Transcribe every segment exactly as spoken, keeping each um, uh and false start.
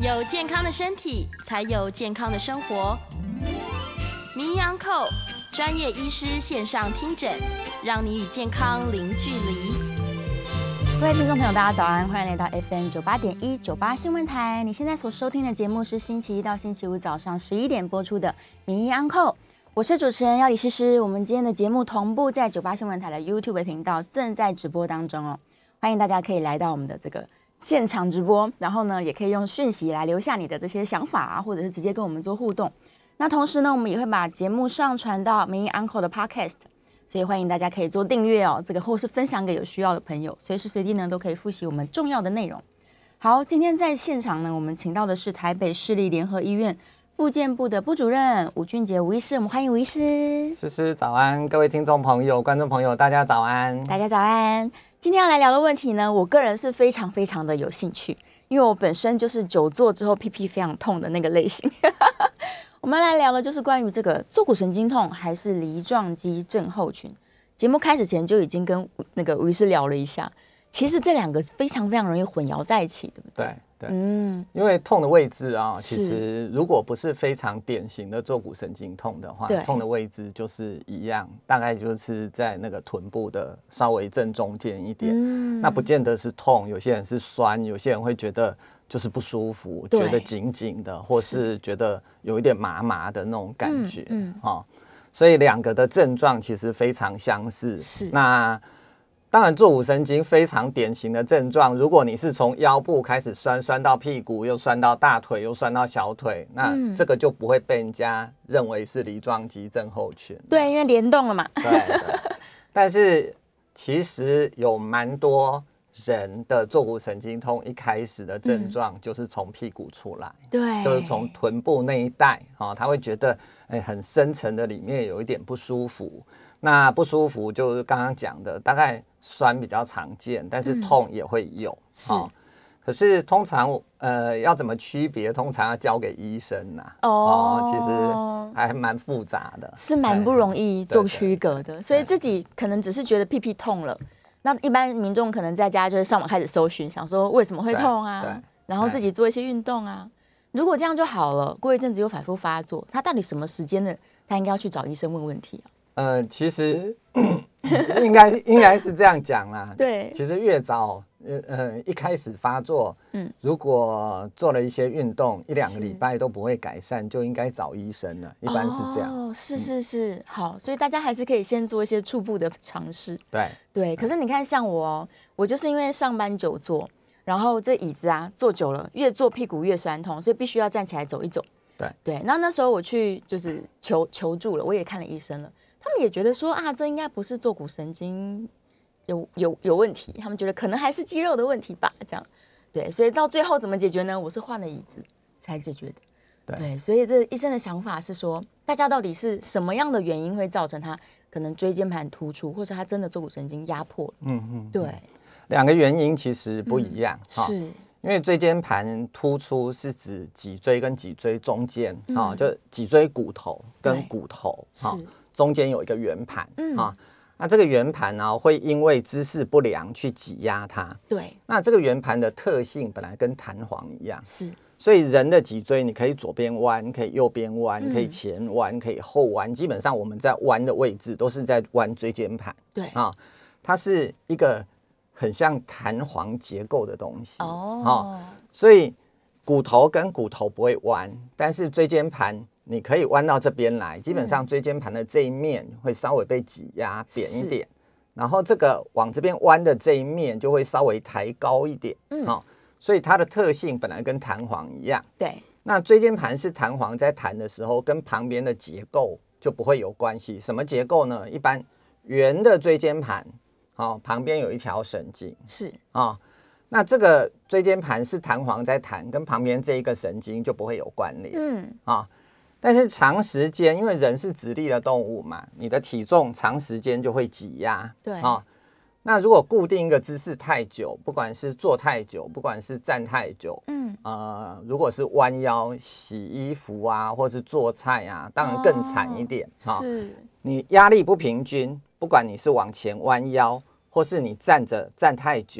有健康的身体，才有健康的生活。名医 Uncle 专业医师线上听诊，让你与健康零距离。 各位听众朋友，大家早安，欢迎来到 F M 九八点一九八新闻台。你现在所收听的节目是星期一到星期五早上十一点播出的名医 Uncle， 我是主持人要李诗诗。我们今天的节目同步在九八新闻台的 YouTube 频道正在直播当中哦，欢迎大家可以来到我们的这个现场直播，然后呢，也可以用讯息来留下你的这些想法啊，或者是直接跟我们做互动。那同时呢，我们也会把节目上传到名医 Uncle 的 Podcast。所以欢迎大家可以做订阅哦，这个或是分享给有需要的朋友，随时随地呢都可以复习我们重要的内容。好，今天在现场呢，我们请到的是台北市立联合医院复健部的部主任吴俊杰吴医师，我们欢迎吴医师。 诗诗早安，各位听众朋友、观众朋友，大家早安， 大家早安。今天要来聊的问题呢，我个人是非常非常的有兴趣，因为我本身就是久坐之后屁屁非常痛的那个类型。我们来聊的就是关于这个坐骨神经痛还是梨状肌症候群。节目开始前就已经跟那个吴医师聊了一下，其实这两个非常非常容易混淆在一起，对不对？ 对对，嗯，因为痛的位置啊，其实如果不是非常典型的坐骨神经痛的话，痛的位置就是一样，大概就是在那个臀部的稍微正中间一点，嗯，那不见得是痛，有些人是酸，有些人会觉得就是不舒服，觉得紧紧的，或是觉得有一点麻麻的那种感觉，嗯，嗯哦，所以两个的症状其实非常相似。是，那当然坐骨神经非常典型的症状，如果你是从腰部开始酸，酸到屁股，又酸到大腿，又酸到小腿，那这个就不会被人家认为是梨状肌症候群。 对，因为联动了嘛。 对对，但是其实有蛮多人的坐骨神经痛一开始的症状就是从屁股出来，对、嗯，就是从臀部那一带，哦，他会觉得哎很深层的里面有一点不舒服。那不舒服就是刚刚讲的，大概酸比较常见，但是痛也会有。嗯、是、哦，可是通常呃要怎么区别，通常要交给医生呐、啊。哦, 哦，其实还蛮复杂的， 是蛮不容易做区隔的。所以自己可能只是觉得屁屁痛了。那一般民众可能在家就会上网开始搜寻，想说为什么会痛啊，然后自己做一些运动啊。如果这样就好了，过一阵子又反复发作，他到底什么时间呢？他应该要去找医生问问题啊。 呃，其实应该应该是这样讲啦。 对， 其实越早呃呃一开始发作，嗯，如果做了一些运动，一两个礼拜都不会改善，就应该找医生了。一般是这样。 哦，是是是，嗯、好，所以大家还是可以先做一些初步的尝试。 对对，可是你看，像我、哦，我就是因为上班久坐，然后这椅子啊坐久了，越坐屁股越酸痛，所以必须要站起来走一走。 对对，那那时候我去就是求求助了，我也看了医生了。他们也觉得说啊，这应该不是坐骨神经有有有问题，他们觉得可能还是肌肉的问题吧，这样。对，所以到最后怎么解决呢？我是换了椅子才解决的。对，对，所以这医生的想法是说，大家到底是什么样的原因会造成他可能椎间盘突出，或者他真的坐骨神经压迫了？嗯嗯，对， 两个原因其实不一样，嗯、 是因为椎间盘突出是指脊椎跟脊椎中间啊、嗯，就脊椎骨头跟骨头啊。中间有一个圆盘、嗯啊、那这个圆盘呢、啊、会因为姿势不良去挤压它。 对， 那这个圆盘的特性本来跟弹簧一样， 是， 所以人的脊椎你可以左边弯，可以右边弯，嗯、可以前弯，可以后弯，基本上我们在弯的位置都是在弯椎间盘。 对啊，它是一个很像弹簧结构的东西哦、啊，所以骨头跟骨头不会弯，但是椎间盘你可以弯到这边来，基本上椎间盘的这一面会稍微被挤压扁一点，然后这个往这边弯的这一面就会稍微抬高一点，嗯哦、所以它的特性本来跟弹簧一样。 对， 那椎间盘是弹簧在弹的时候，跟旁边的结构就不会有关系。什么结构呢？一般圆的椎间盘，哦，旁边有一条神经， 是啊、哦。那这个椎间盘是弹簧在弹，跟旁边这一个神经就不会有关联，嗯啊。哦，但是长时间，因为人是直立的动物嘛，你的体重长时间就会挤压。 对啊、哦， 那如果固定一个姿势太久，不管是坐太久，不管是站太久，嗯，呃，如果是弯腰洗衣服啊，或是做菜啊，当然更惨一点。哦哦、 是， 你压力不平均，不管你是往前弯腰，或是你站着站太久，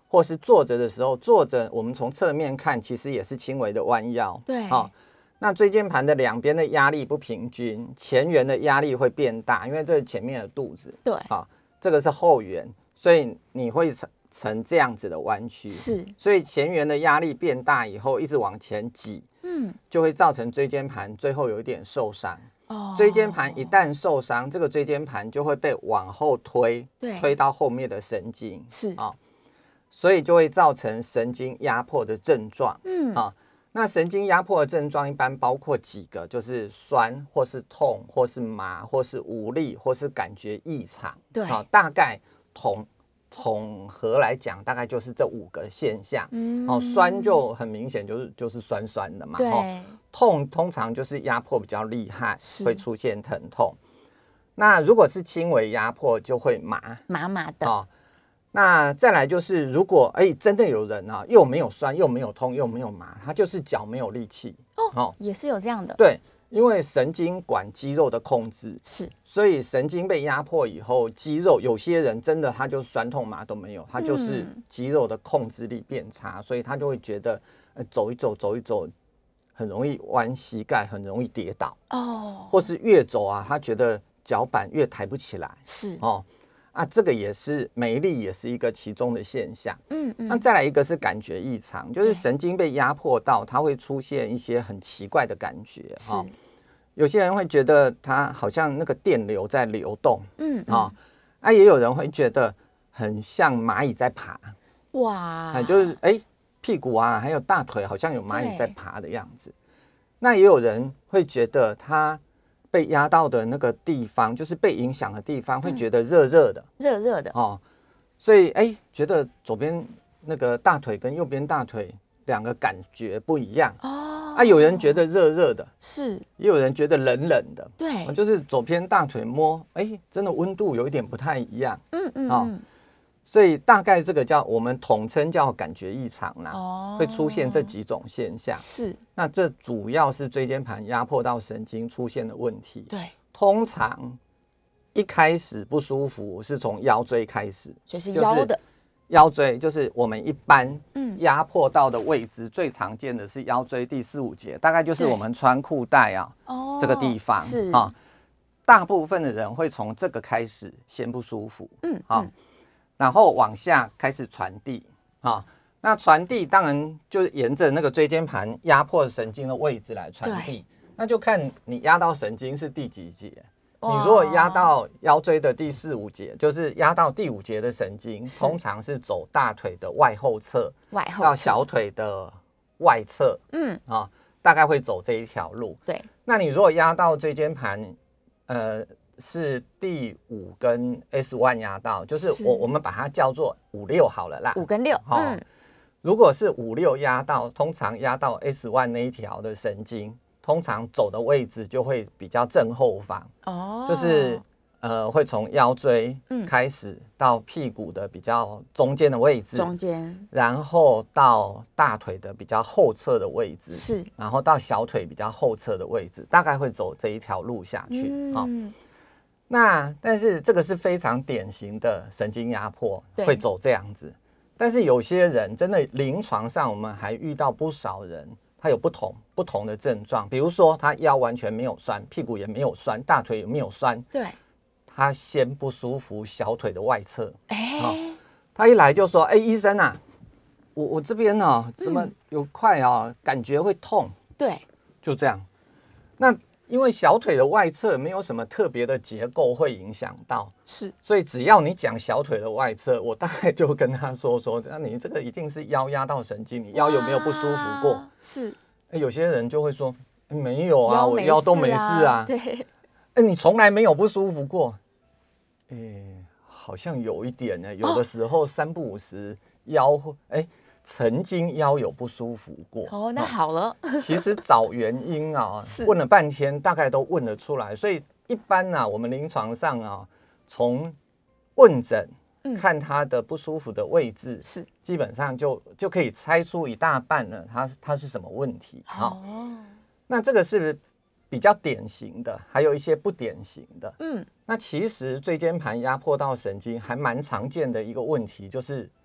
或是坐着的时候，坐着我们从侧面看，其实也是轻微的弯腰。 对， 好、哦，那椎间盘的两边的压力不平均，前缘的压力会变大，因为这是前面的肚子。 对， 好、哦，这个是后缘，所以你会成成这样子的弯曲。 是， 所以前缘的压力变大以后，一直往前挤，嗯，就会造成椎间盘最后有一点受伤。哦，椎间盘一旦受伤，这个椎间盘就会被往后推， 对， 推到后面的神经， 是啊、哦，所以就会造成神经压迫的症状。嗯，啊、哦，那神经压迫的症状一般包括几个，就是酸，或是痛，或是麻，或是无力，或是感觉异常。 对， 啊、哦，大概统统合来讲，大概就是这五个现象。嗯，哦，酸就很明显，就是就是酸酸的嘛。 对。 哦，痛通常就是压迫比较厉害，会出现疼痛。那如果是轻微压迫，就会麻麻麻的。 哦，那再来就是，如果哎真的有人啊，又没有酸，又没有痛，又没有麻，他就是脚没有力气。 哦，哦也是有这样的。 对，因为神经管肌肉的控制， 是， 所以神经被压迫以后，肌肉有些人真的他就酸痛麻都没有，他就是肌肉的控制力变差，嗯、所以他就会觉得、呃、走一走，走一走。很容易弯膝盖，很容易跌倒哦，或是越走啊，他觉得脚板越抬不起来， 是哦，啊，这个也是没力，也是一个其中的现象。 嗯嗯， 那再来一个是感觉异常，就是神经被压迫到，它会出现一些很奇怪的感觉哈、哦。有些人会觉得他好像那个电流在流动，嗯啊、哦，啊，也有人会觉得很像蚂蚁在爬，哇，啊、就是哎。欸屁股啊，还有大腿好像有蚂蚁在爬的样子。那也有人会觉得他被压到的那个地方，就是被影响的地方，会觉得热热的， 热热的哦。所以哎、欸，觉得左边那个大腿跟右边大腿两个感觉不一样哦。啊，有人觉得热热的， 是， 也有人觉得冷冷的， 对， 就是左边大腿摸，哎、欸，真的温度有一点不太一样。嗯嗯，哦。所以大概这个叫我们统称叫感觉异常啦，哦，会出现这几种现象。 是， 那这主要是椎间盘压迫到神经出现的问题。 对， 通常一开始不舒服是从腰椎开始， 所以是腰的、就是、 腰椎，就是我们一般压迫到的位置，嗯、最常见的是腰椎第四五节，大概就是我们穿裤带啊这个地方是啊，大部分的人会从这个开始先不舒服，嗯啊。嗯然后往下开始传递啊，那传递当然就沿着那个椎间盘压迫神经的位置来传递，那就看你压到神经是第几节。你如果压到腰椎的第四五节，就是压到第五节的神经，通常是走大腿的外后侧， 外后侧到小腿的外侧，嗯啊，大概会走这一条路。 对， 那你如果压到椎间盘，呃。是第五跟 S 一 压到，就是我我们把它叫做五六好了啦， 五跟六。嗯， 如果是五六压到，通常压到 S 一 那一条的神经，通常走的位置就会比较正后方。哦，就是呃会从腰椎开始到屁股的比较中间的位置， 中间， 然后到大腿的比较后侧的位置， 是， 然后到小腿比较后侧的位置，大概会走这一条路下去。嗯。哦，那但是这个是非常典型的神经压迫，会走这样子。但是有些人真的临床上，我们还遇到不少人，他有不同不同的症状，比如说他腰完全没有酸，屁股也没有酸，大腿也没有酸， 对， 他先不舒服小腿的外侧， 哎、欸哦， 他一来就说：“哎、欸，医生啊，我我这边呢、哦，怎么有块啊、哦，感觉会痛。” 对， 就这样。那因为小腿的外侧没有什么特别的结构会影响到， 是， 所以只要你讲小腿的外侧，我大概就跟他说说，那你这个一定是腰压到神经，你腰有没有不舒服过？ 是， 欸、有些人就会说、欸、没有啊，我腰都没事啊。 对， 哎、欸，你从来没有不舒服过？哎、欸，好像有一点呢、欸，有的时候三不五时腰会哎。欸曾经腰有不舒服过哦，那好了。 哦、其实找原因啊，问了半天，大概都问得出来。所以一般啊，我们临床上啊，从问诊、嗯、看他的不舒服的位置， 是基本上就就可以猜出一大半了，他他是什么问题。好、哦，那这个是比较典型的，还有一些不典型的。嗯，那其实椎间盘压迫到神经还蛮常见的一个问题，就是。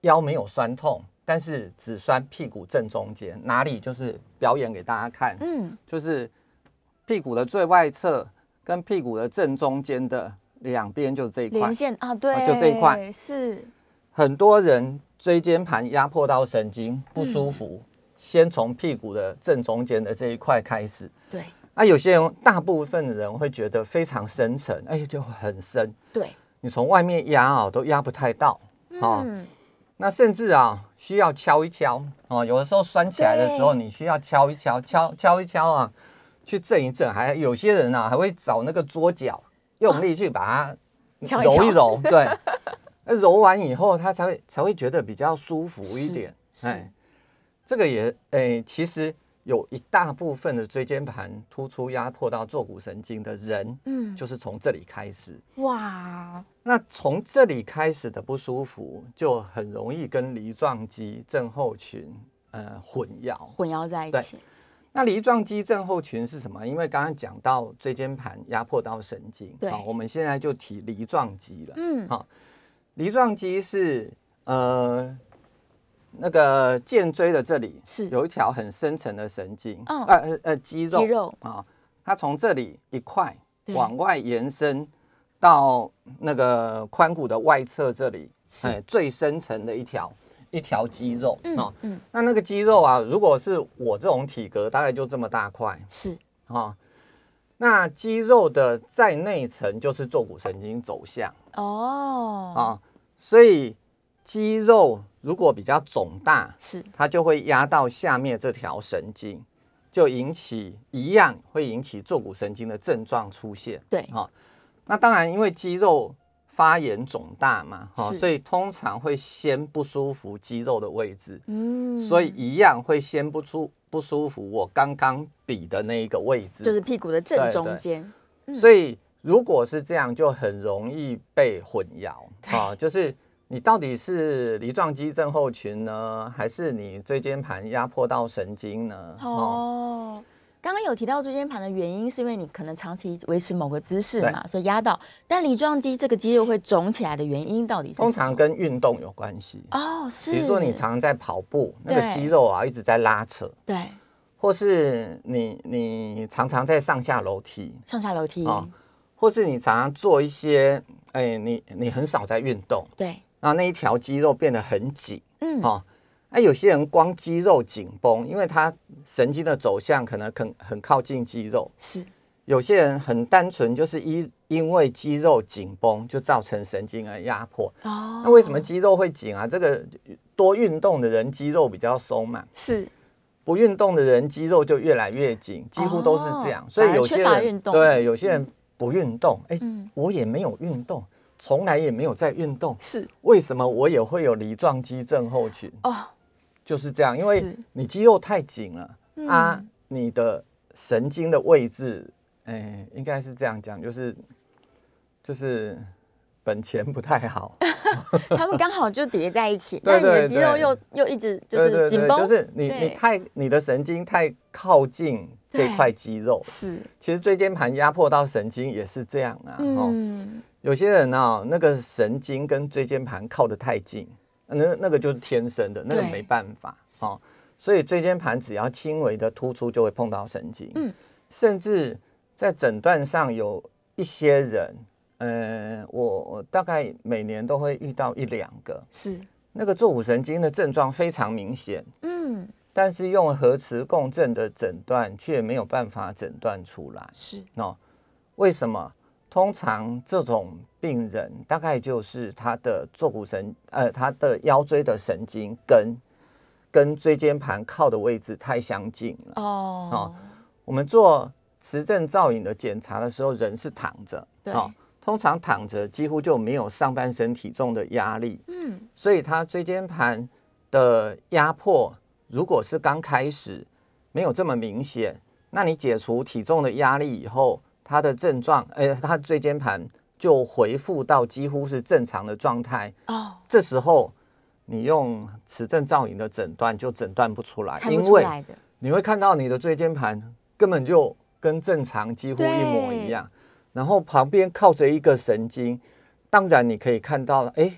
腰没有酸痛，但是只酸屁股正中间，哪里就是表演给大家看，嗯，就是屁股的最外侧跟屁股的正中间的两边就这一块连线啊，对， 啊就这一块是很多人椎间盘压迫到神经不舒服，嗯、先从屁股的正中间的这一块开始， 对。 啊，有些人大部分的人会觉得非常深沉，哎，就很深， 对， 你从外面压啊都压不太到，哦。嗯那甚至啊，需要敲一敲哦。有的时候酸起来的时候，你需要敲一敲，敲敲一敲啊，去震一震。还有些人啊，还会找那个桌角，用力去把它揉一揉，对。那揉完以后，他才会才会觉得比较舒服一点。哎，这个也哎，其实有一大部分的椎间盘突出压迫到坐骨神经的人，嗯，就是从这里开始。哇。那从这里开始的不舒服，就很容易跟梨状肌症候群呃混淆， 混淆在一起。 那梨状肌症候群是什么？因为刚刚讲到椎间盘压迫到神经， 对， 我们现在就提梨状肌了。嗯，好，梨状肌是呃那个肩椎的这里是有一条很深层的神经，哦、呃呃肌肉， 肌肉啊，它从这里一块往外延伸。到那个髋骨的外侧这里，哎，最深层的一条一条肌肉，嗯、哦，嗯，那那个肌肉啊，如果是我这种体格，大概就这么大块， 是啊、哦。那肌肉的在内层就是坐骨神经走向，哦，啊、哦，所以肌肉如果比较肿大， 是它就会压到下面这条神经，就引起一样会引起坐骨神经的症状出现， 对， 啊、哦。那当然，因为肌肉发炎肿大嘛，哦、所以通常会先不舒服肌肉的位置，嗯，所以一样会先不出不舒服我刚刚比的那一个位置， 就是屁股的正中间。 嗯、所以如果是这样，就很容易被混淆啊、哦，就是你到底是梨状肌症候群呢，还是你椎间盘压迫到神经呢？ 哦。哦刚刚有提到椎间盘的原因，是因为你可能长期维持某个姿势嘛，所以压到。但梨状肌这个肌肉会肿起来的原因到底是什么？ 通常跟运动有关系哦，是。 比如说你常常在跑步，那个肌肉啊一直在拉扯， 对。 或是你你常常在上下楼梯， 上下楼梯，哦， 或是你常常做一些，哎，你你很少在运动， 对。 然后那一条肌肉变得很紧，嗯，哦。那、啊、有些人光肌肉紧绷，因为他神经的走向可能很很靠近肌肉。 是， 有些人很单纯，就是因因为肌肉紧绷就造成神经的压迫。哦，那为什么肌肉会紧啊？这个多运动的人肌肉比较松嘛。 是， 不运动的人肌肉就越来越紧，几乎都是这样。哦、所以有些人对有些人不运动，哎、嗯，我也没有运动。从来也没有在运动， 是为什么我也会有梨状肌症候群？哦。就是这样，因为你肌肉太紧了、嗯、啊，你的神经的位置，哎，应该是这样讲，就是就是本钱不太好， 他们刚好就叠在一起，但你的肌肉又又一直就是紧绷， 就是你你太你的神经太靠近这块肌肉， 是， 其实椎间盘压迫到神经也是这样啊，嗯、哦，有些人啊、哦，那个神经跟椎间盘靠得太近。那那个就是天生的，那个没办法哦，所以椎间盘只要轻微的突出就会碰到神经，嗯，甚至在诊断上有一些人，呃，我我大概每年都会遇到一两个， 是那个坐骨神经的症状非常明显，嗯，但是用核磁共振的诊断却没有办法诊断出来， 是哦，为什么？通常这种病人大概就是他的坐骨神，呃，他的腰椎的神经跟跟椎间盘靠的位置太相近了。哦，哦我们做磁振造影的检查的时候，人是躺着， 对，哦， 通常躺着几乎就没有上半身体重的压力，嗯，所以他椎间盘的压迫，如果是刚开始没有这么明显，那你解除体重的压力以后。他的症状，呃，他椎间盘就恢复到几乎是正常的状态。哦，这时候你用磁振造影的诊断就诊断不出来， 看不出来的， 因为你会看到你的椎间盘根本就跟正常几乎一模一样，然后旁边靠着一个神经，当然你可以看到，哎，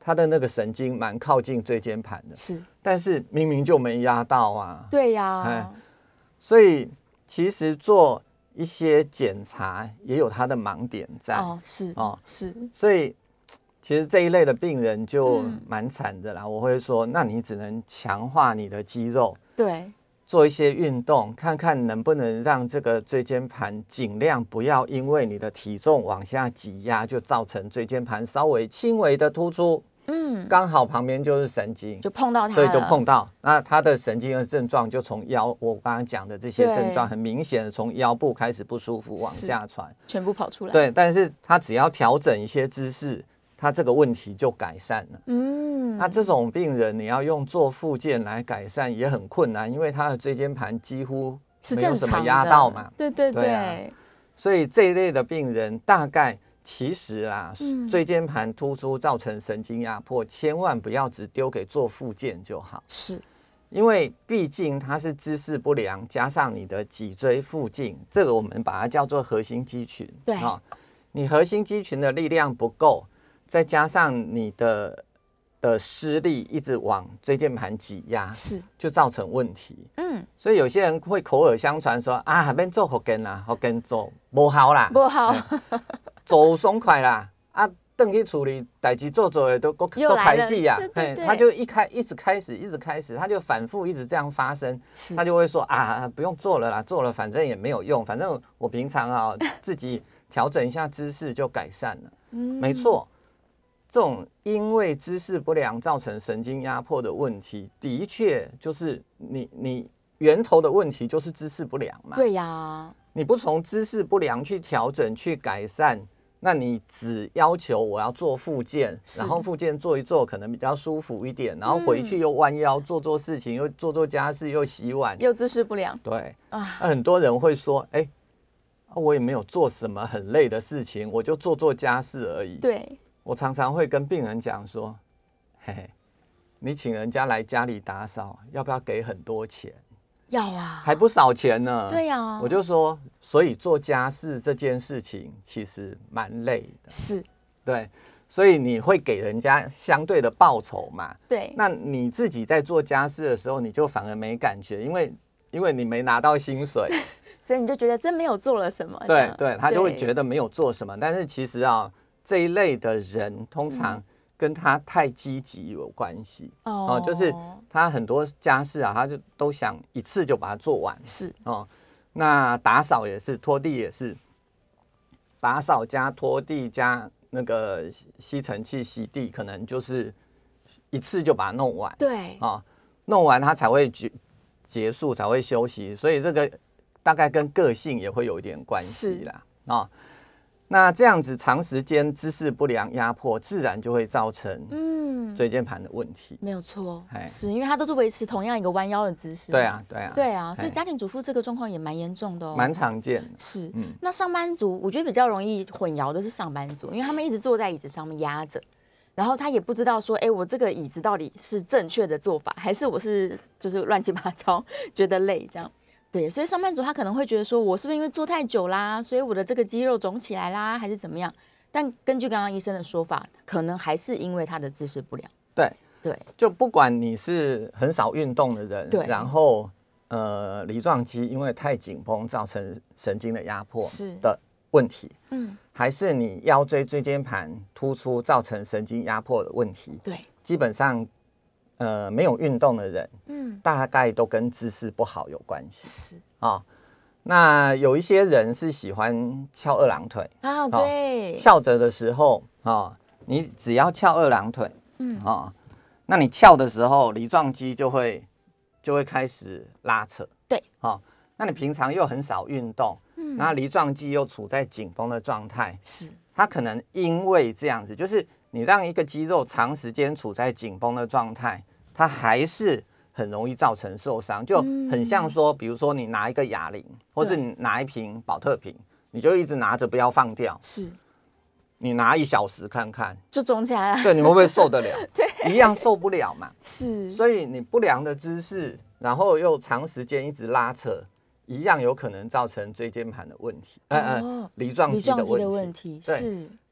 它的那个神经蛮靠近椎间盘的， 是， 但是明明就没压到啊。 对呀、啊， 所以其实做一些检查也有它的盲点在。 哦，是哦，是， 所以其实这一类的病人就蛮惨的啦。嗯、我会说，那你只能强化你的肌肉， 对， 做一些运动，看看能不能让这个椎间盘尽量不要因为你的体重往下挤压，就造成椎间盘稍微轻微的突出。嗯，刚好旁边就是神经， 就碰到它， 所以就碰到。那它的神经的症状就从腰，我刚刚讲的这些症状，很明显的从腰部开始不舒服往下传， 全部跑出来。 对，但是它只要调整一些姿势，它这个问题就改善了。嗯，那这种病人你要用做复健来改善也很困难，因为他的椎间盘几乎没有什么压到嘛。 对对 对, 对、 啊，所以这一类的病人大概。其实啦，嗯、椎间盘突出造成神经压迫，千万不要只丢给做复健就好。 是， 因为毕竟它是姿势不良，加上你的脊椎附近，这个我们把它叫做核心肌群。 对啊、 哦，你核心肌群的力量不够，再加上你的的施力一直往椎间盘挤压， 是，就造成问题。嗯，所以有些人会口耳相传说啊，那边做福建啦，福建做不好啦， 不好。 走松快啦，啊，回去处理代志做做的都都开始呀，他就一开一直开始一直开始，他就反复一直这样发生，他就会说啊，不用做了啦，做了反正也没有用，反正我平常啊自己调整一下姿势就改善了。嗯，没错，这种因为姿势不良造成神经压迫的问题，的确就是你你源头的问题就是姿势不良嘛。 对呀、啊， 你不从姿势不良去调整去改善。那你只要求我要做复健，然后复健做一做可能比较舒服一点，然后回去又弯腰做做事情，又做做家事，又洗碗， 又姿势不良。 对啊，那很多人会说，哎、欸，我也没有做什么很累的事情，我就做做家事而已。 对， 我常常会跟病人讲说，嘿嘿，你请人家来家里打扫，要不要给很多钱？ 要啊， 还不少钱呢。 对呀、啊， 我就说，所以做家事这件事情其实蛮累的。 是， 对，所以你会给人家相对的报酬嘛？ 对。 那你自己在做家事的时候，你就反而没感觉，因为因为你没拿到薪水， 所以你就觉得真没有做了什么。 对对，他就会觉得没有做什么。但是其实啊，这一类的人通常、嗯。跟他太积极有关系哦、呃，就是他很多家事啊，他就都想一次就把它做完。 是哦、呃，那打扫也是，拖地也是，打扫加拖地加那个吸尘器吸地，可能就是一次就把它弄完。 对啊、 呃，弄完他才会结结束，才会休息。所以这个大概跟个性也会有一点关系啦啊。呃那这样子长时间姿势不良压迫，自然就会造成嗯椎间盘的问题。 没有错，是因为它都是维持同样一个弯腰的姿势。 对啊，对啊， 对啊，所以家庭主妇这个状况也蛮严重的哦， 蛮常见的。 是，嗯，那上班族我觉得比较容易混淆的是上班族，因为他们一直坐在椅子上面压着，然后他也不知道说，哎，我这个椅子到底是正确的做法，还是我是就是乱七八糟觉得累这样。对，所以上班族他可能会觉得说，我是不是因为坐太久啦，所以我的这个肌肉肿起来啦，还是怎么样？但根据刚刚医生的说法，可能还是因为他的姿势不良。 对对， 就不管你是很少运动的人，对，然后呃梨状肌因为太紧绷造成神经的压迫的问题，嗯，还是你腰椎椎间盘突出造成神经压迫的问题， 对， 基本上。呃，没有运动的人，嗯，大概都跟姿势不好有关系。 是啊、哦，那有一些人是喜欢翘二郎腿啊，对， 翘着的时候啊、哦，你只要翘二郎腿，嗯啊、哦，那你翘的时候，梨状肌就会就会开始拉扯， 对， 啊、哦，那你平常又很少运动，嗯，那梨状肌又处在紧绷的状态， 是， 它可能因为这样子，就是你让一个肌肉长时间处在紧绷的状态。它还是很容易造成受伤，就很像说，比如说你拿一个哑铃，或是你拿一瓶保特瓶，你就一直拿着不要放掉， 是， 你拿一小时看看， 就肿起来了， 对，你会不会受得了？ 对， 一样受不了嘛。 是， 所以你不良的姿势，然后又长时间一直拉扯，一样有可能造成椎间盘的问题，呃呃，梨状肌的问题。 是，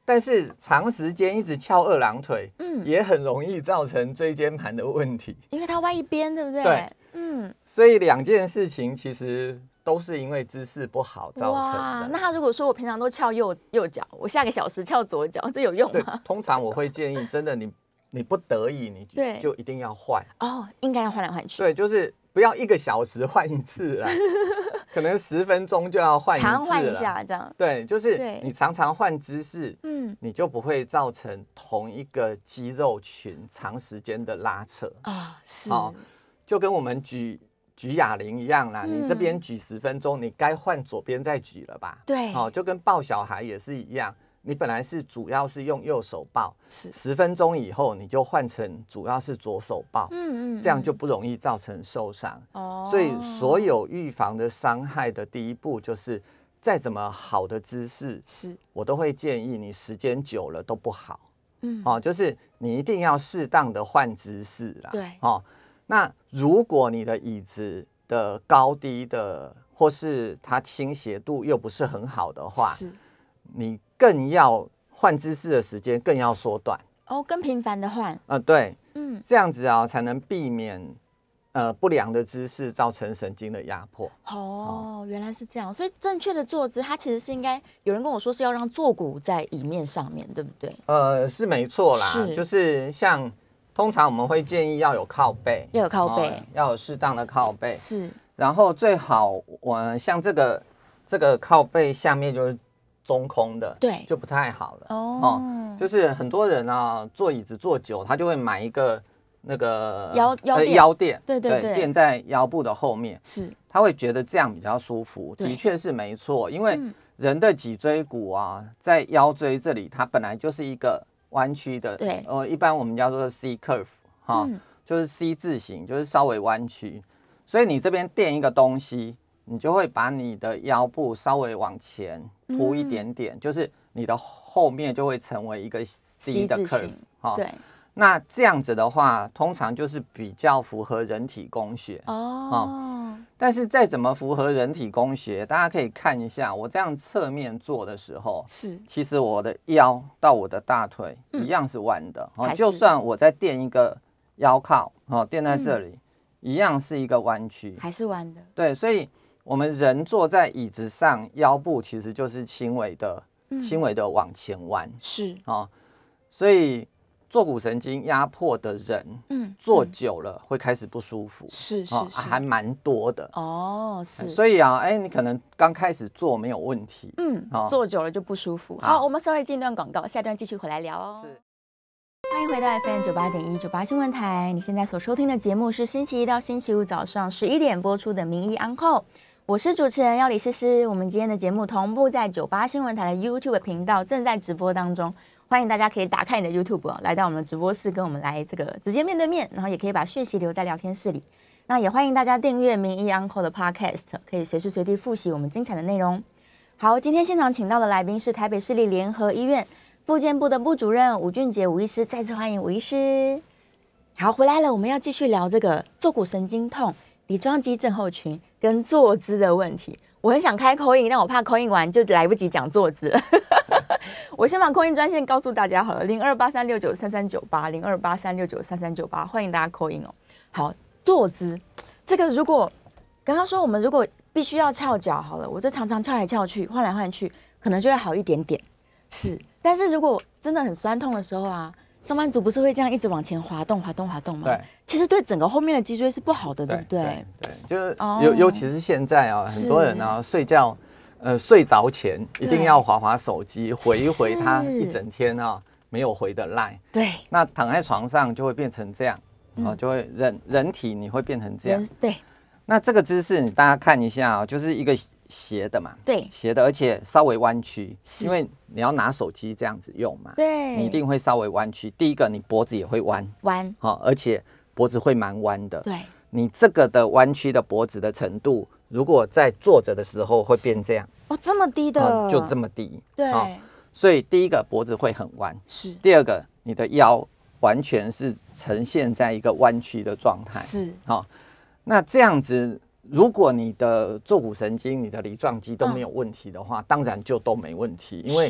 但是长时间一直翘二郎腿，嗯，也很容易造成椎间盘的问题， 因为它歪一边，对不对？ 对， 嗯， 所以两件事情其实都是因为姿势不好造成的。 那他如果说我平常都翘右右脚，我下个小时翘左脚，这有用吗？ 对，通常我会建议，真的你你不得已，你就一定要换哦，应该要换来换去。 对，就是不要一个小时换一次啦。可能十分钟就要换一次， 常换一下这样。 对，就是你常常换姿势，嗯，你就不会造成同一个肌肉群长时间的拉扯啊。是， 哦，就跟我们举举哑铃一样啦，嗯、你这边举十分钟，你该换左边再举了吧？ 对， 哦，就跟抱小孩也是一样。你本来是主要是用右手抱，十分钟以后你就换成主要是左手抱，嗯嗯，这样就不容易造成受伤。哦，所以所有预防的伤害的第一步就是再怎么好的姿势，是我都会建议你时间久了都不好。嗯，哦，就是你一定要适当的换姿势啦。 对， 哦，那如果你的椅子的高低的或是它倾斜度又不是很好的话，是你更要换姿势的时间更要缩短哦，更频繁的换， 呃，对，嗯，这样子啊才能避免呃不良的姿势造成神经的压迫。 哦，哦原来是这样，所以正确的坐姿，它其实是应该有人跟我说是要让坐骨在椅面上面，对不对？ 呃，是没错啦，是就是像通常我们会建议要有靠背， 要有靠背， 哦、要有适当的靠背， 是， 然后最好我像这个这个靠背下面就是。中空的， 对， 就不太好了。哦，哦就是很多人啊，坐椅子坐久，他就会买一个那个腰腰垫， 呃、腰垫， 对对对， 垫在腰部的后面， 是， 他会觉得这样比较舒服。的确是没错，因为人的脊椎骨啊，在腰椎这里，它本来就是一个弯曲的， 对， 呃，一般我们叫做 C curve， 哈、哦嗯，就是 C 字形，就是稍微弯曲，所以你这边垫一个东西。你就会把你的腰部稍微往前凸一点点，嗯、就是你的后面就会成为一个 C 的 curve， 哦、对。 那这样子的话，通常就是比较符合人体工学哦。哦但是再怎么符合人体工学，大家可以看一下，我这样侧面做的时候， 是， 其实我的腰到我的大腿一样是弯的，嗯哦、就算我再垫一个腰靠，哦，垫在这里，嗯、一样是一个弯曲， 还是弯的。 对，所以。我们人坐在椅子上，腰部其实就是轻微的、轻、嗯、微的往前弯， 是哦，所以坐骨神经压迫的人，嗯，坐久了会开始不舒服， 是是、 哦、还蛮多的哦，是， 所以啊，哎，你可能刚开始坐没有问题， 嗯，哦、坐久了就不舒服。好，我们稍微进一段广告，下段继续回来聊哦。是。欢迎回到 F M 九八点一九八新闻台，你现在所收听的节目是星期一到星期五早上十一点播出的《名医安扣》。我是主持人要李诗诗，我们今天的节目同步在九八新闻台的 YouTube 频道正在直播当中，欢迎大家可以打开你的 YouTube，、哦、来到我们的直播室，跟我们来这个直接面对面，然后也可以把讯息留在聊天室里。那也欢迎大家订阅名医 Uncle 的 Podcast， 可以随时随地复习我们精彩的内容。好，今天现场请到的来宾是台北市立联合医院复健部的部主任吴俊杰吴医师，再次欢迎吴医师。好，回来了，我们要继续聊这个坐骨神经痛、梨状肌症候群跟坐姿的问题。我很想开call in，但我怕call in完就来不及讲坐姿了。我先把call in专线告诉大家好了，零二八三六九三三九八，零二八三六九三三九八，欢迎大家call in哦。好，坐姿这个，如果刚刚说我们如果必须要翘脚好了，我这常常翘来翘去，换来换去，可能就会好一点点。是，但是如果真的很酸痛的时候啊。上班族不是会这样一直往前滑动、滑动、滑动吗？对，其实对整个后面的脊椎是不好的，对不对？ 对，对就是尤、哦、尤其是现在啊，很多人啊睡觉，呃，睡着前一定要滑滑手机，回一回他一整天啊没有回的 line。对，那躺在床上就会变成这样，嗯、啊，就會人人体你会变成这样。 对， 那这个姿势你大家看一下啊，就是一个斜的嘛， 对， 斜的，而且稍微弯曲，因为你要拿手机这样子用嘛， 对， 你一定会稍微弯曲。第一个，你脖子也会弯弯， 好、哦，而且脖子会蛮弯的。 对， 你这个的弯曲的脖子的程度，如果在坐着的时候会变这样， 哦，这么低的， 哦、就这么低， 对、哦， 所以第一个脖子会很弯， 是。 第二个，你的腰完全是呈现在一个弯曲的状态， 是。 好、哦，那这样子。如果你的坐骨神经、你的梨状肌都没有问题的话，嗯、当然就都没问题，因为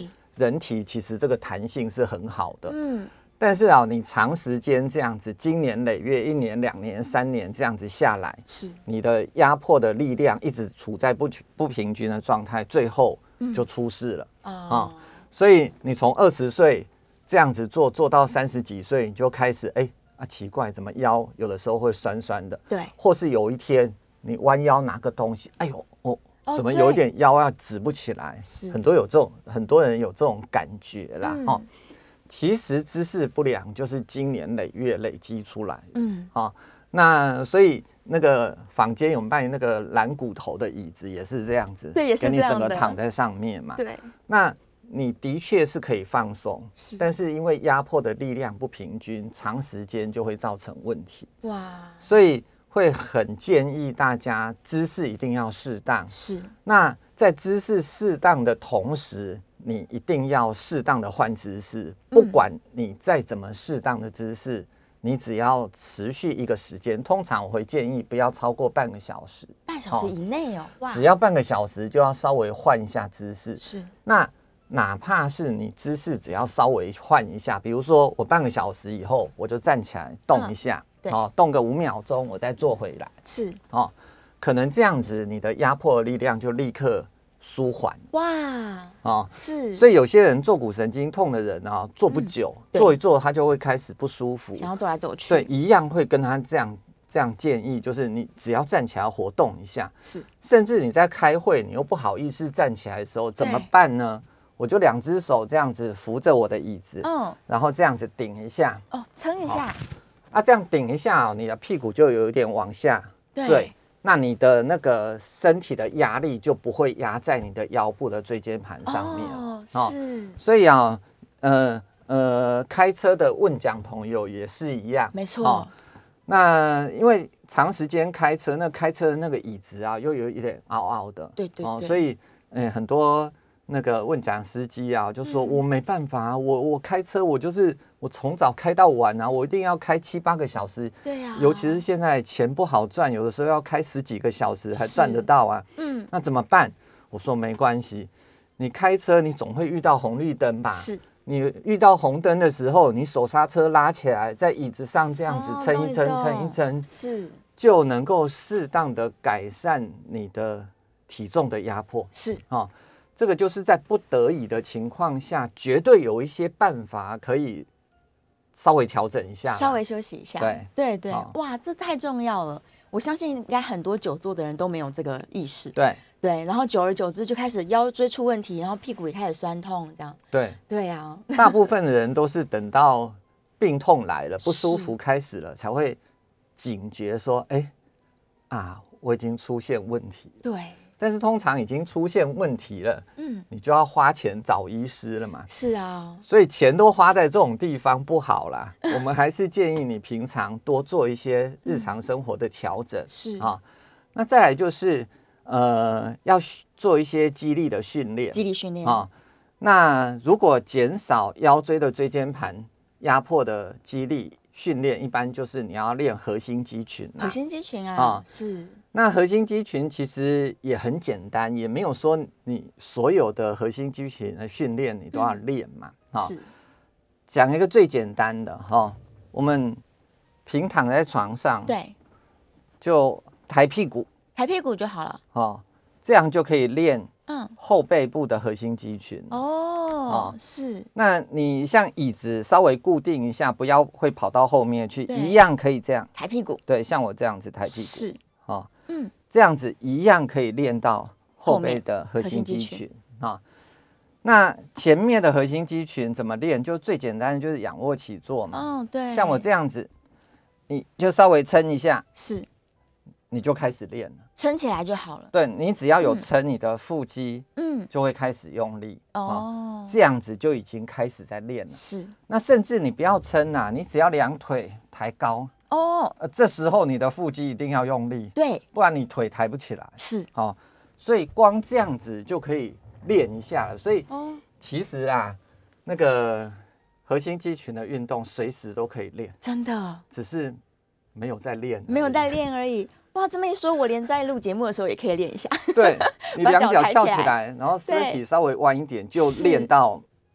人体其实这个弹性是很好的， 嗯， 但是啊，你长时间这样子，经年累月，一年、两年、三年这样子下来， 是你的压迫的力量一直处在不不平均的状态，最后就出事了、嗯、啊。所以你从二十岁这样子做，做到三十几岁，你就开始哎、欸、啊奇怪，怎么腰有的时候会酸酸的？对，或是有一天你弯腰拿个东西，哎呦我。哦、怎么有一点腰要直不起来？很多有这种，很多人有这种感觉啦。嗯哦、其实姿势不良就是经年累月累积出来的。嗯，哦、那所以那个坊间有卖那个蓝骨头的椅子也是这样子， 对，也是这样的， 给你整个躺在上面嘛。 对， 那你的确是可以放松，但是因为压迫的力量不平均，长时间就会造成问题。哇，所以。会很建议大家姿势一定要适当，是。那在姿势适当的同时，你一定要适当的换姿势。不管你再怎么适当的姿势，你只要持续一个时间，通常我会建议不要超过半个小时。 半小时以内哦，哇！ 只要半个小时就要稍微换一下姿势。是。那哪怕是你姿势只要稍微换一下，比如说我半个小时以后我就站起来动一下。嗯哦，动个五秒钟，我再坐回来。是哦，可能这样子，你的压迫的力量就立刻舒缓。哇，哦，是。所以有些人坐骨神经痛的人啊，坐不久，嗯、坐一坐他就会开始不舒服， 想要走来走去。 对，一样会跟他这样这样建议，就是你只要站起来活动一下。是，甚至你在开会，你又不好意思站起来的时候，怎么办呢？我就两只手这样子扶着我的椅子，嗯，然后这样子顶一下， 哦，撑一下。 啊，这样顶一下、哦，你的屁股就有一点往下坠，那你的那个身体的压力就不会压在你的腰部的椎间盘上面。哦，是。哦、所以啊，呃呃，开车的问讲朋友也是一样， 没错。哦、 那因为长时间开车，那开车的那个椅子啊，又有一点凹凹的， 对对对、哦， 所以，嗯、欸，很多。那个问讲司机啊，就说、嗯、我没办法啊，我我开车我就是我从早开到晚啊，我一定要开七八个小时。对呀、啊，尤其是现在钱不好赚，有的时候要开十几个小时才赚得到啊。嗯，那怎么办？我说没关系，你开车你总会遇到红绿灯吧？是。你遇到红灯的时候，你手刹车拉起来，在椅子上这样子撑一撑，撑一撑，是就能够适当的改善你的体重的压迫。是啊。哦，这个就是在不得已的情况下，绝对有一些办法可以稍微调整一下， 稍微休息一下。对对对，哦、哇，这太重要了！我相信应该很多久坐的人都没有这个意识。对对，然后久而久之就开始腰椎出问题，然后屁股也开始酸痛，这样。对对啊， 大部分的人都是等到病痛来了、不舒服开始了，才会警觉说：“哎啊，我已经出现问题。”对。但是通常已经出现问题了，嗯，你就要花钱找医师了嘛。是啊，所以钱都花在这种地方不好啦。我们还是建议你平常多做一些日常生活的调整。是啊，那再来就是呃，要做一些肌力的训练。 肌力训练啊， 那如果减少腰椎的椎间盘压迫的肌力训练，一般就是你要练核心肌群。 核心肌群啊，啊是。 那核心肌群其实也很简单，也没有说你所有的核心肌群的训练你都要练嘛。嗯、是，讲一个最简单的哈，我们平躺在床上，对，就抬屁股， 抬屁股就好了。哦， 这样就可以练嗯后背部的核心肌群。哦，哦是。那你像椅子稍微固定一下，不要会跑到后面去，一样可以这样抬屁股。 对，像我这样子抬屁股。 是。 哦，嗯，这样子一样可以练到后背的核心肌群啊。那前面的核心肌群怎么练？就最简单的就是仰卧起坐嘛。哦，对。像我这样子，你就稍微撑一下，是，你就开始练了， 撑起来就好了。 对，你只要有撑，你的腹肌，嗯，就会开始用力。哦，这样子就已经开始在练了。是。那甚至你不要撑啊，你只要两腿抬高。哦，呃，这时候你的腹肌一定要用力，对，不然你腿抬不起来。是，哦，所以光这样子就可以练一下了。所以，哦，其实啊，那个核心肌群的运动随时都可以练， 真的， 只是没有在练， 没有在练而已。哇，这么一说，我连在录节目的时候也可以练一下。 对，你两脚跳起来，然后身体稍微弯一点，就练到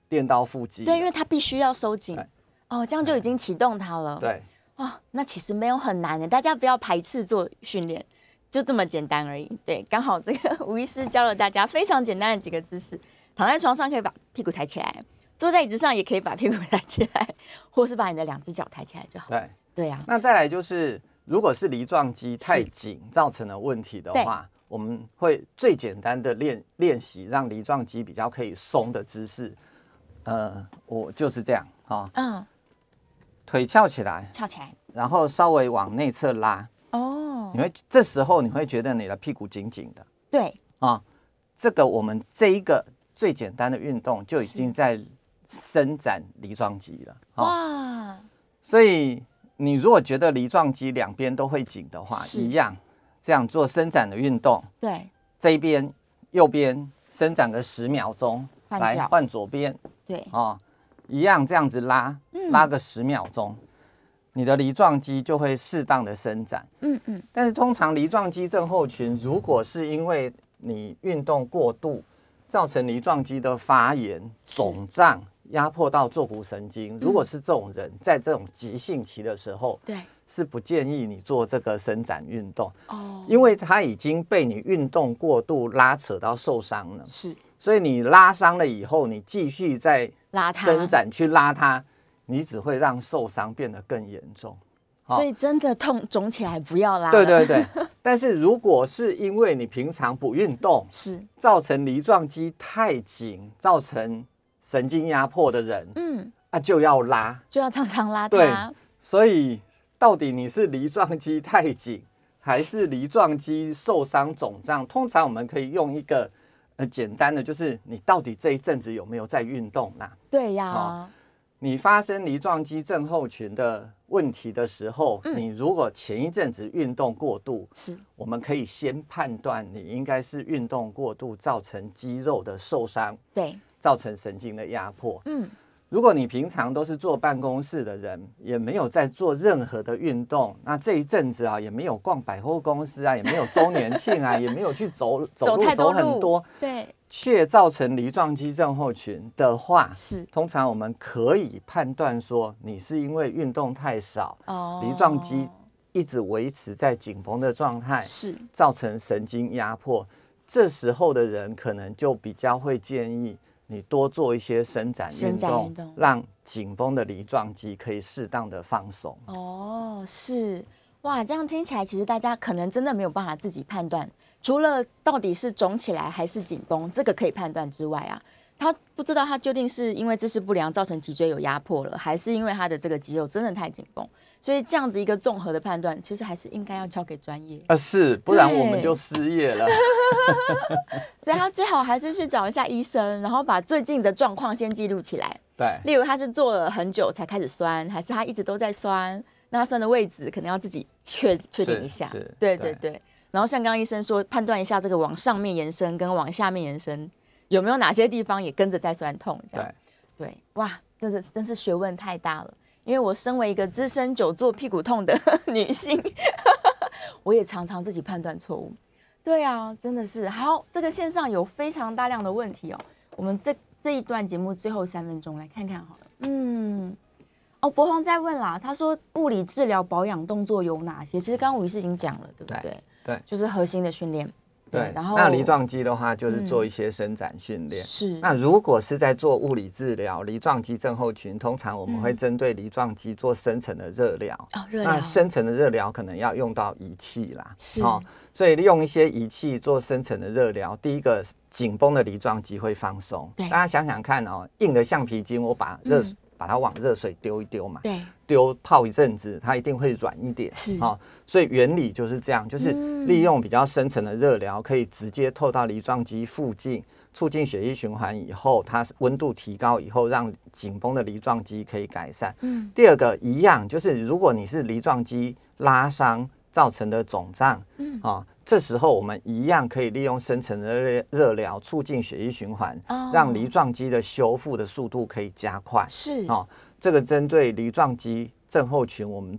练到腹肌。 对，因为它必须要收紧。哦，这样就已经启动它了。 对。 哦，那其实没有很难的，大家不要排斥做训练，就这么简单而已。对，刚好这个吴医师教了大家非常简单的几个姿势，躺在床上可以把屁股抬起来，坐在椅子上也可以把屁股抬起来，或是把你的两只脚抬起来就好。 对， 对啊。 那再来就是，如果是梨状肌太紧造成的问题的话，我们会最简单的练练习，让梨状肌比较可以松的姿势。呃，我就是这样啊，哦、嗯，腿翘起来， 翘起来， 然后稍微往内侧拉。哦，你会这时候你会觉得你的屁股紧紧的。 对啊、哦，这个我们这一个最简单的运动就已经在伸展梨状肌了。哦、哇，所以你如果觉得梨状肌两边都会紧的话，一样这样做伸展的运动。 对， 这一边右边伸展个十秒钟，来换左边。 对， 哦，一样这样子拉，拉个十秒钟，嗯、你的梨状肌就会适当的伸展。嗯嗯。但是通常梨状肌症候群，如果是因为你运动过度，造成梨状肌的发炎、肿胀，压迫到坐骨神经，嗯、如果是这种人，在这种急性期的时候， 对， 是不建议你做这个伸展运动。哦，因为它已经被你运动过度拉扯到受伤了。 是。 所以你拉伤了以后，你继续再拉它伸展去拉它，你只会让受伤变得更严重。 所以真的痛肿起来不要拉。 对对对。但是如果是因为你平常不运动， 是造成梨状肌太紧，造成神经压迫的人，嗯，啊就要拉， 就要常常拉它。 对，所以到底你是梨状肌太紧，还是梨状肌受伤肿胀？通常我们可以用一个。呃，简单的就是你到底这一阵子有没有在运动啦？ 对呀、哦， 你发生梨状肌症候群的问题的时候，嗯、你如果前一阵子运动过度， 是， 我们可以先判断你应该是运动过度造成肌肉的受伤， 对， 造成神经的压迫。 嗯。 如果你平常都是坐办公室的人，也没有在做任何的运动，那这一阵子啊，也没有逛百货公司啊，也没有周年庆啊，也没有去走走路走很多， 对， 却造成梨状肌症候群的话， 是通常我们可以判断说，你是因为运动太少，哦，梨状肌一直维持在紧绷的状态， 是造成神经压迫。这时候的人可能就比较会建议。你多做一些伸展运动，运动让紧绷的梨状肌可以适当的放松。 哦，是哇，这样听起来，其实大家可能真的没有办法自己判断，除了到底是肿起来还是紧绷，这个可以判断之外啊，他不知道他究竟是因为姿势不良造成脊椎有压迫了，还是因为他的这个肌肉真的太紧绷。所以这样子一个综合的判断，其实还是应该要交给专业。 啊，是，不然我们就失业了。 所以他最好还是去找一下医生，然后把最近的状况先记录起来。 对， 例如他是做了很久才开始酸，还是他一直都在酸？那他酸的位置可能要自己确确定一下。对对对。对然后像刚刚医生说，判断一下这个往上面延伸跟往下面延伸有没有哪些地方也跟着在酸痛。这样对对，哇，真的真是学问太大了。因为我身为一个资深久坐屁股痛的女性，我也常常自己判断错误。对啊，真的是。好，这个线上有非常大量的问题哦。我们这这一段节目最后三分钟来看看好了。嗯，哦，博宏在问啦，他说物理治疗保养动作有哪些？其实刚刚吴医师已经讲了，对不对？ 对，对就是核心的训练。 对，然后那梨状肌的话，就是做一些伸展训练。 嗯、是。 那如果是在做物理治疗，梨状肌症候群，通常我们会针对梨状肌做深层的热疗。 哦，热疗。 那深层的热疗可能要用到仪器啦。 是。哦， 所以利用一些仪器做深层的热疗，第一个紧绷的梨状肌会放松。 对。 大家想想看哦，硬的橡皮筋，我把热、嗯、把它往热水丢一丢嘛。 对。 丢泡一阵子，它一定会软一点。 是。 哦，所以原理就是这样，就是利用比较深层的热疗，可以直接透到梨状肌附近，促进血液循环以后，它温度提高以后，让紧绷的梨状肌可以改善。嗯。第二个一样，就是如果你是梨状肌拉伤造成的肿胀，嗯啊、哦，这时候我们一样可以利用深层的热疗，促进血液循环，哦、让梨状肌的修复的速度可以加快。 是哦。这个针对梨状肌症候群，我们做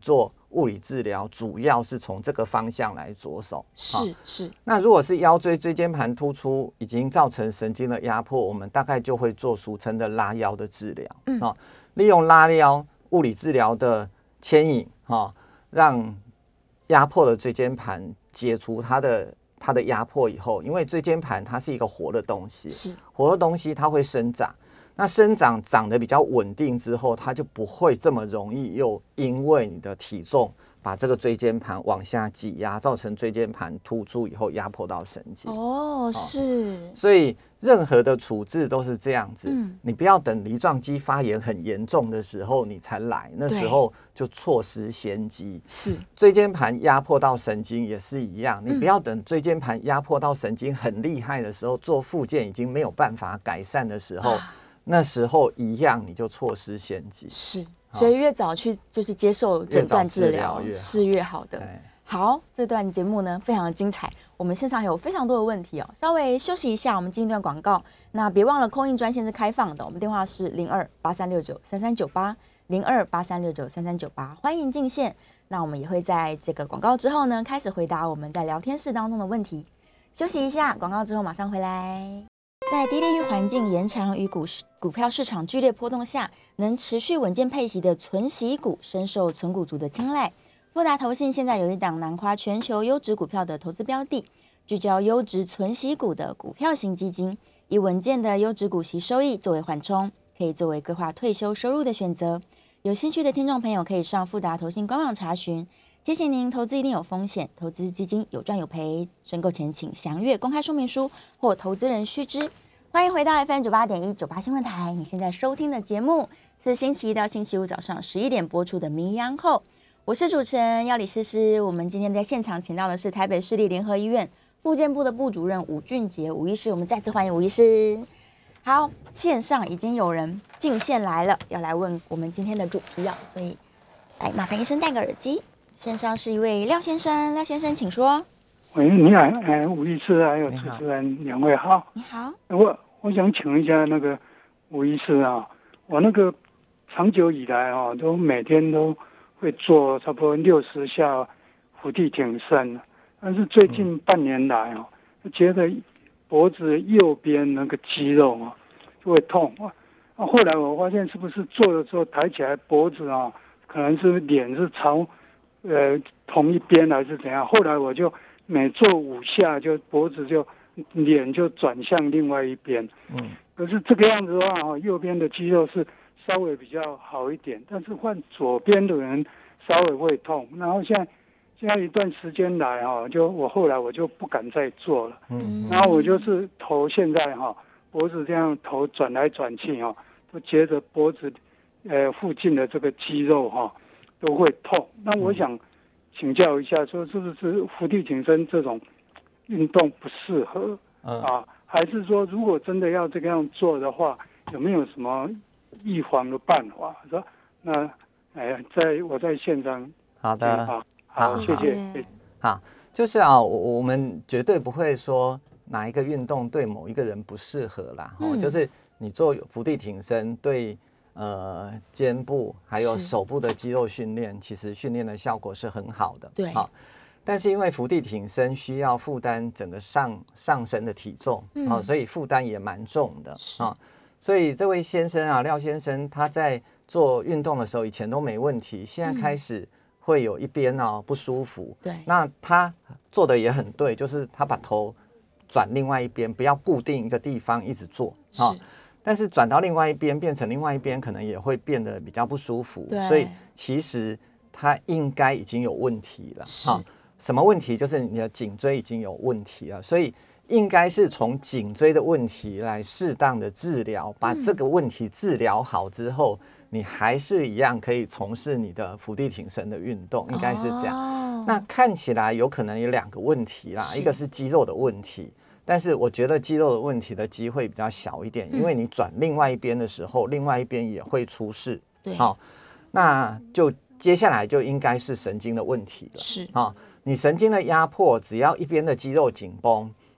物理治疗主要是从这个方向来着手。 是是。 那如果是腰椎椎间盘突出已经造成神经的压迫，我们大概就会做俗称的拉腰的治疗。嗯，哦，利用拉腰物理治疗的牵引，哦，让压迫的椎间盘解除它的它的压迫以后，因为椎间盘它是一个活的东西，是活的东西它会生长。那生长长得比较稳定之后，它就不会这么容易又因为你的体重把这个椎间盘往下挤压，造成椎间盘突出以后压迫到神经。 哦，是。 所以任何的处置都是这样子，嗯，你不要等梨状肌发炎很严重的时候你才来，那时候就错失先机。 是。 椎间盘压迫到神经也是一样，你不要等椎间盘压迫到神经很厉害的时候，做复健已经没有办法改善的时候。啊，那时候一样，你就错失先机。 是，所以越早去就是接受诊断治疗是越好的。好，这段节目呢非常的精彩，我们现场有非常多的问题哦。稍微休息一下，我们进一段广告。那别忘了call in专线是开放的，我们电话是零二八三六九三三九八零二八三六九三三九八，欢迎进线。那我们也会在这个广告之后呢，开始回答我们在聊天室当中的问题。休息一下，广告之后马上回来。在低利率环境延长与股市股票市场剧烈波动下，能持续稳健配息的存息股深受存股族的青睐。富达投信现在有一档囊括全球优质股票的投资标的，聚焦优质存息股的股票型基金，以稳健的优质股息收益作为缓冲，可以作为规划退休收入的选择。有兴趣的听众朋友可以上富达投信官网查询。提醒您，投资一定有风险，投资基金有赚有赔，申购前请详阅公开说明书或投资人须知。欢迎回到 F M 九八点一九八新闻台，你现在收听的节目是星期一到星期五早上十一点播出的《名医安后》，我是主持人要李诗诗。我们今天在现场请到的是台北市立联合医院复健部的部主任吴俊杰吴医师，我们再次欢迎吴医师。好，线上已经有人进线来了，要来问我们今天的主题啊，所以来麻烦医生戴个耳机。线上是一位廖先生，廖先生请说。 喂，你好，哎，吴医师还有主持人两位好。 你好， 我我想请一下那个吴医师啊，我那个长久以来啊，都每天都会做差不多六十下伏地挺身，但是最近半年来啊，觉得脖子右边那个肌肉啊就会痛啊。后来我发现是不是做的时候抬起来脖子啊，可能是脸是朝呃同一边还是怎样？后来我就每做五下，就脖子就脸就转向另外一边。嗯，可是这个样子的话，右边的肌肉是稍微比较好一点，但是换左边的人稍微会痛。然后现在现在一段时间来哈，就我后来我就不敢再做了。嗯，然后我就是头现在哈脖子这样头转来转去哈，都觉得脖子呃附近的这个肌肉哈都会痛。那我想请教一下，说是不是伏地挺身这种运动不适合、嗯、啊？还是说如果真的要这个样做的话，有没有什么预防的办法？说那哎，在我在线上。 好的， 好，好，谢谢。 好，就是啊，我我们绝对不会说哪一个运动对某一个人不适合啦。嗯、就是你做伏地挺身对。呃，肩部还有手部的肌肉训练，其实训练的效果是很好的。 对， 好，但是因为伏地挺身需要负担整个上上身的体重，嗯、哦，所以负担也蛮重的啊、哦。所以这位先生啊，廖先生，他在做运动的时候以前都没问题，现在开始会有一边哦不舒服。 对， 那他做的也很对，就是他把头转另外一边，不要固定一个地方一直做啊。但是转到另外一边，变成另外一边，可能也会变得比较不舒服。所以其实它应该已经有问题了。哈，什么问题？就是你的颈椎已经有问题了。所以应该是从颈椎的问题来适当的治疗，把这个问题治疗好之后，嗯、你还是一样可以从事你的伏地挺身的运动，应该是这样。哦、那看起来有可能有两个问题啦，一个是肌肉的问题。但是我觉得肌肉的问题的机会比较小一点，因为你转另外一边的时候，另外一边也会出事。 对，好、哦， 那就接下来就应该是神经的问题了。 是啊、哦，你神经的压迫，只要一边的肌肉紧绷，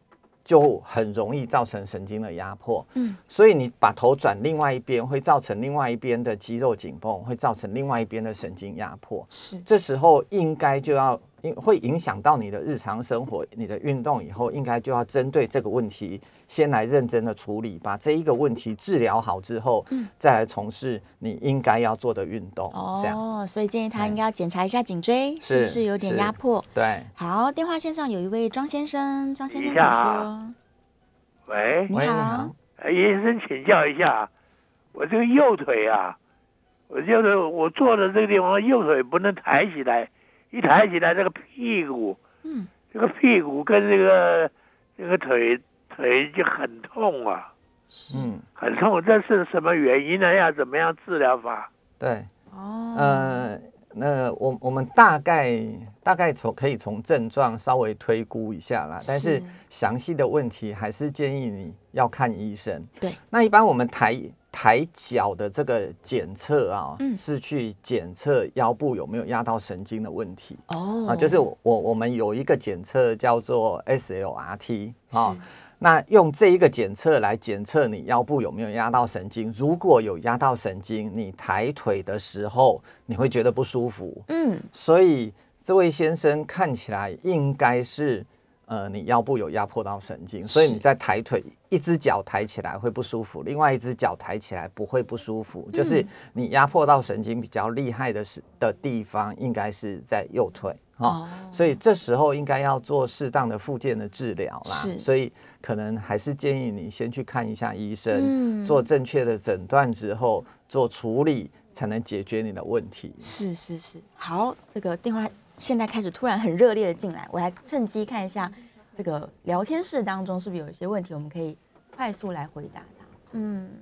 就很容易造成神经的压迫。嗯，所以你把头转另外一边，会造成另外一边的肌肉紧绷，会造成另外一边的神经压迫。 是， 这时候应该就要会影响到你的日常生活，你的运动以后，应该就要针对这个问题先来认真的处理，把这一个问题治疗好之后，嗯，再来从事你应该要做的运动。哦，这样， 所以建议他应该要检查一下颈椎是不是有点压迫。 对， 好，电话线上有一位张先生，张先生请说。 喂， 你好， 医生请教一下，我这个右腿啊，我右腿我坐的这个地方右腿不能抬起来，一抬起来这个屁股，嗯，这个屁股跟这个这个腿腿就很痛啊，嗯，很痛，这是什么原因呢？要怎么样治疗法？ 对，哦，呃，那我我们大概大概从可以从症状稍微推估一下啦，但是详细的问题还是建议你要看医生。 对， 那一般我们抬抬脚的这个检测啊，嗯、是去检测腰部有没有压到神经的问题。哦，啊，就是我我们有一个检测叫做 S L R T 啊。那用这一个检测来检测你腰部有没有压到神经，如果有压到神经，你抬腿的时候你会觉得不舒服。嗯，所以这位先生看起来应该是呃你腰部有压迫到神经，所以你在抬腿，一只脚抬起来会不舒服，另外一只脚抬起来不会不舒服，嗯、就是你压迫到神经比较厉害的是的地方应该是在右腿。哦，所以这时候应该要做适当的复健的治疗啦，所以可能还是建议你先去看一下医生，嗯、做正确的诊断之后做处理，才能解决你的问题。 是是是，好，这个电话现在开始突然很热烈的进来，我来趁机看一下这个聊天室当中是不是有一些问题，我们可以快速来回答它。嗯。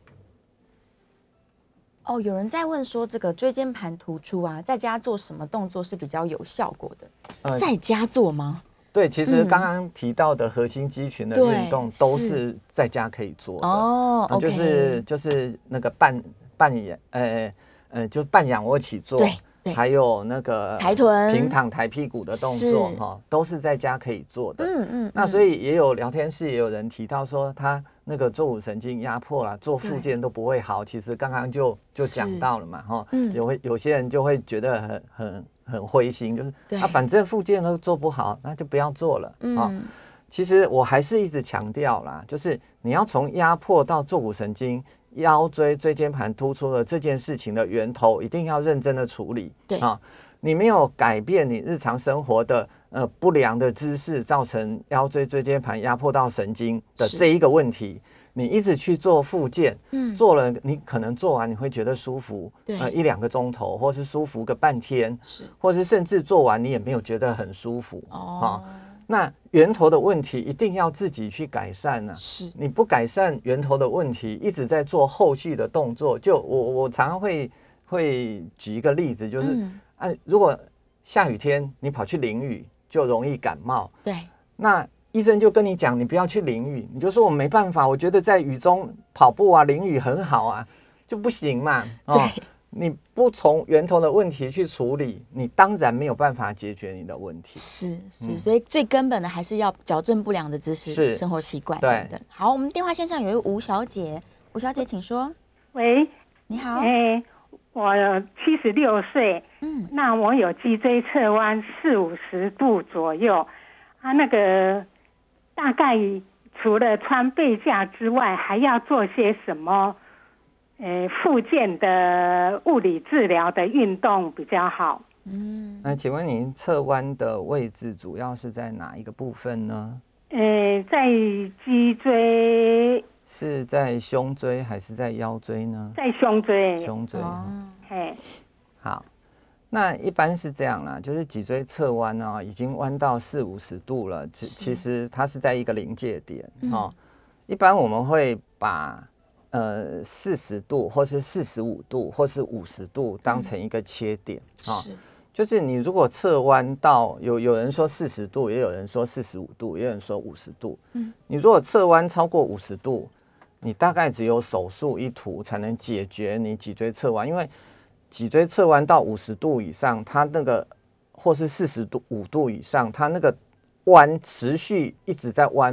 哦，有人在问说，这个椎间盘突出啊，在家做什么动作是比较有效果的？呃、在家做吗？ 对，其实刚刚提到的核心肌群的运动都是在家可以做的。哦，啊、就是就是那个半半仰，呃呃，就半仰卧起坐，对，还有那个抬臀、 平躺抬屁股的动作，哈，都是在家可以做的。嗯嗯。那所以也有聊天室也有人提到说他。那个坐骨神经压迫啦，做复健都不会好。其实刚刚就就讲到了嘛，哈、嗯，有有些人就会觉得很很很灰心，就是啊，反正复健都做不好，那就不要做了。嗯、哦，其实我还是一直强调啦，就是你要从压迫到坐骨神经、腰椎、椎间盘突出的这件事情的源头，一定要认真的处理。对啊、哦，你没有改变你日常生活的。呃，不良的姿势造成腰椎椎间盘压迫到神经的这一个问题，你一直去做复健，嗯，做了你可能做完你会觉得舒服，呃，一两个钟头，或是舒服个半天，是，或是甚至做完你也没有觉得很舒服，哦，啊，那源头的问题一定要自己去改善啊，是，你不改善源头的问题，一直在做后续的动作，就我我常常会会举一个例子，就是，嗯、啊，如果下雨天你跑去淋雨。就容易感冒，对。那医生就跟你讲，你不要去淋雨，你就说我没办法，我觉得在雨中跑步啊、淋雨很好啊，就不行嘛。哦，对，你不从源头的问题去处理，你当然没有办法解决你的问题。 是是，嗯、所以最根本的还是要矫正不良的姿势、生活习惯等等。好，我们电话线上有一位吴小姐，吴小姐请说。 喂， 你好。 欸我七十六岁，嗯，那我有脊椎侧弯四五十度左右，啊，那个大概除了穿背架之外，还要做些什么？呃，复健的物理治疗的运动比较好。 嗯，那请问您侧弯的位置主要是在哪一个部分呢？ 呃，在脊椎。 是在胸椎还是在腰椎呢？ 在胸椎。 胸椎。哦，嘿，好，那一般是这样啦，就是脊椎侧弯啊，已经弯到四五十度了，其其实它是在一个临界点，嗯哦，一般我们会把呃四十度或是四十五度或是五十度当成一个切点，嗯哦，是。就是你如果侧弯到有有人说四十度，也有人说四十五度，也有人说五十度。嗯，你如果侧弯超过五十度，你大概只有手术一途才能解决你脊椎侧弯，因为脊椎侧弯到五十度以上，它那个或是四十度五度以上，它那个弯持续一直在弯，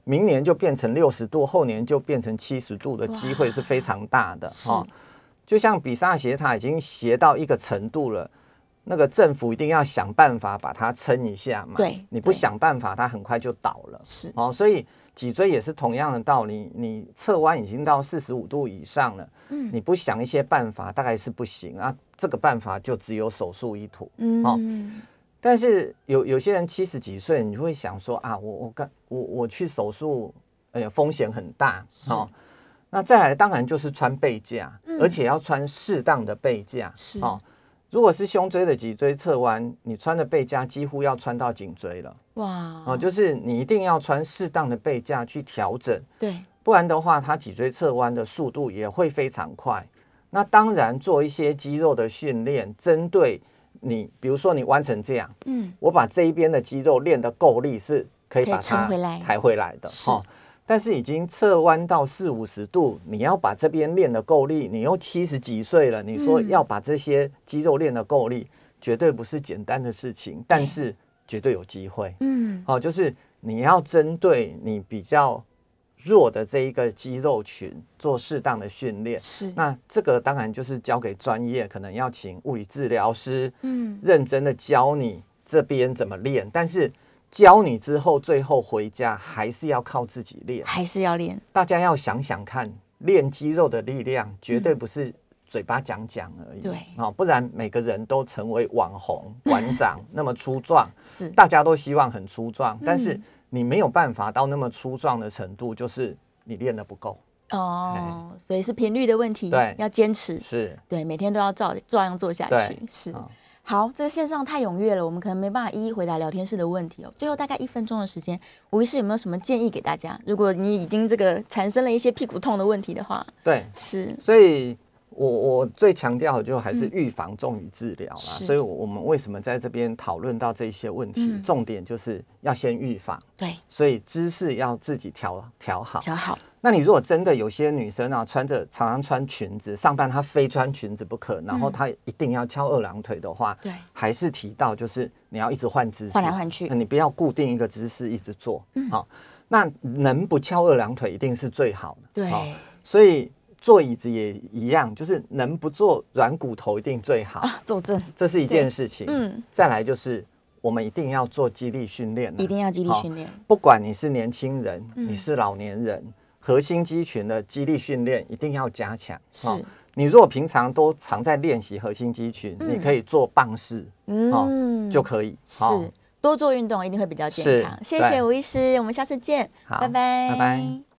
明年就变成六十度，后年就变成七十度的机会是非常大的哈。就像比萨斜塔已经斜到一个程度了，那个政府一定要想办法把它撑一下嘛。 对， 你不想办法，它很快就倒了。 是哦，所以脊椎也是同样的道理，你侧弯已经到四十五度以上了，嗯，你不想一些办法，大概是不行啊。这个办法就只有手术一途。嗯。哦，但是有有些人七十几岁，你就会想说啊，我我刚我我去手术，哎呀，风险很大哦。那再来，当然就是穿背架，嗯、而且要穿适当的背架。 是哦，如果是胸椎的脊椎侧弯，你穿的背架几乎要穿到颈椎了。哇！哦，就是你一定要穿适当的背架去调整， 对， 不然的话，它脊椎侧弯的速度也会非常快。那当然，做一些肌肉的训练，针对你，比如说你弯成这样，嗯，我把这一边的肌肉练得够力，是可以把它抬回来的。哈。但是已经侧弯到四五十度，你要把这边练得够力，你又七十几岁了，你说要把这些肌肉练得够力，绝对不是简单的事情，但是绝对有机会。嗯，哦，就是你要针对你比较弱的这一个肌肉群做适当的训练。 是， 那这个当然就是交给专业，可能要请物理治疗师，嗯，认真的教你这边怎么练，但是教你之后，最后回家还是要靠自己练， 还是要练。 大家要想想看，练肌肉的力量绝对不是嘴巴讲讲而已， 对、 哦，不然每个人都成为网红馆长那么粗壮， 是大家都希望很粗壮，但是你没有办法到那么粗壮的程度，就是你练得不够。 哦，所以是频率的问题， 对， 要坚持， 是， 对，每天都要照照样做下去，是。哦，好，这个线上太踊跃了，我们可能没办法一一回答聊天室的问题哦。最后大概一分钟的时间，吴医师有没有什么建议给大家？如果你已经这个产生了一些屁股痛的问题的话， 对， 是， 所以我我最强调的就还是预防重于治疗啦。嗯、所以我们为什么在这边讨论到这些问题，嗯、重点就是要先预防。 对， 所以姿势要自己调调好， 调好。 那你如果真的有些女生啊，穿着常常穿裙子，上班她非穿裙子不可，然后她一定要翘二郎腿的话，对、嗯，还是提到就是你要一直换姿势， 换来换去， 你不要固定一个姿势一直做，嗯，好，那能不翘二郎腿一定是最好的， 对， 所以坐椅子也一样，就是能不做软骨头一定最好啊，坐正， 这是一件事情，嗯，再来就是我们一定要做肌力训练， 一定要肌力训练， 不管你是年轻人，嗯、你是老年人。核心肌群的肌力训练一定要加强。是、哦，你如果平常都常在练习核心肌群，嗯、你可以做棒式，嗯、哦，就可以。 是，哦、多做运动一定会比较健康。谢谢吴医师，我们下次见，拜拜， 拜拜。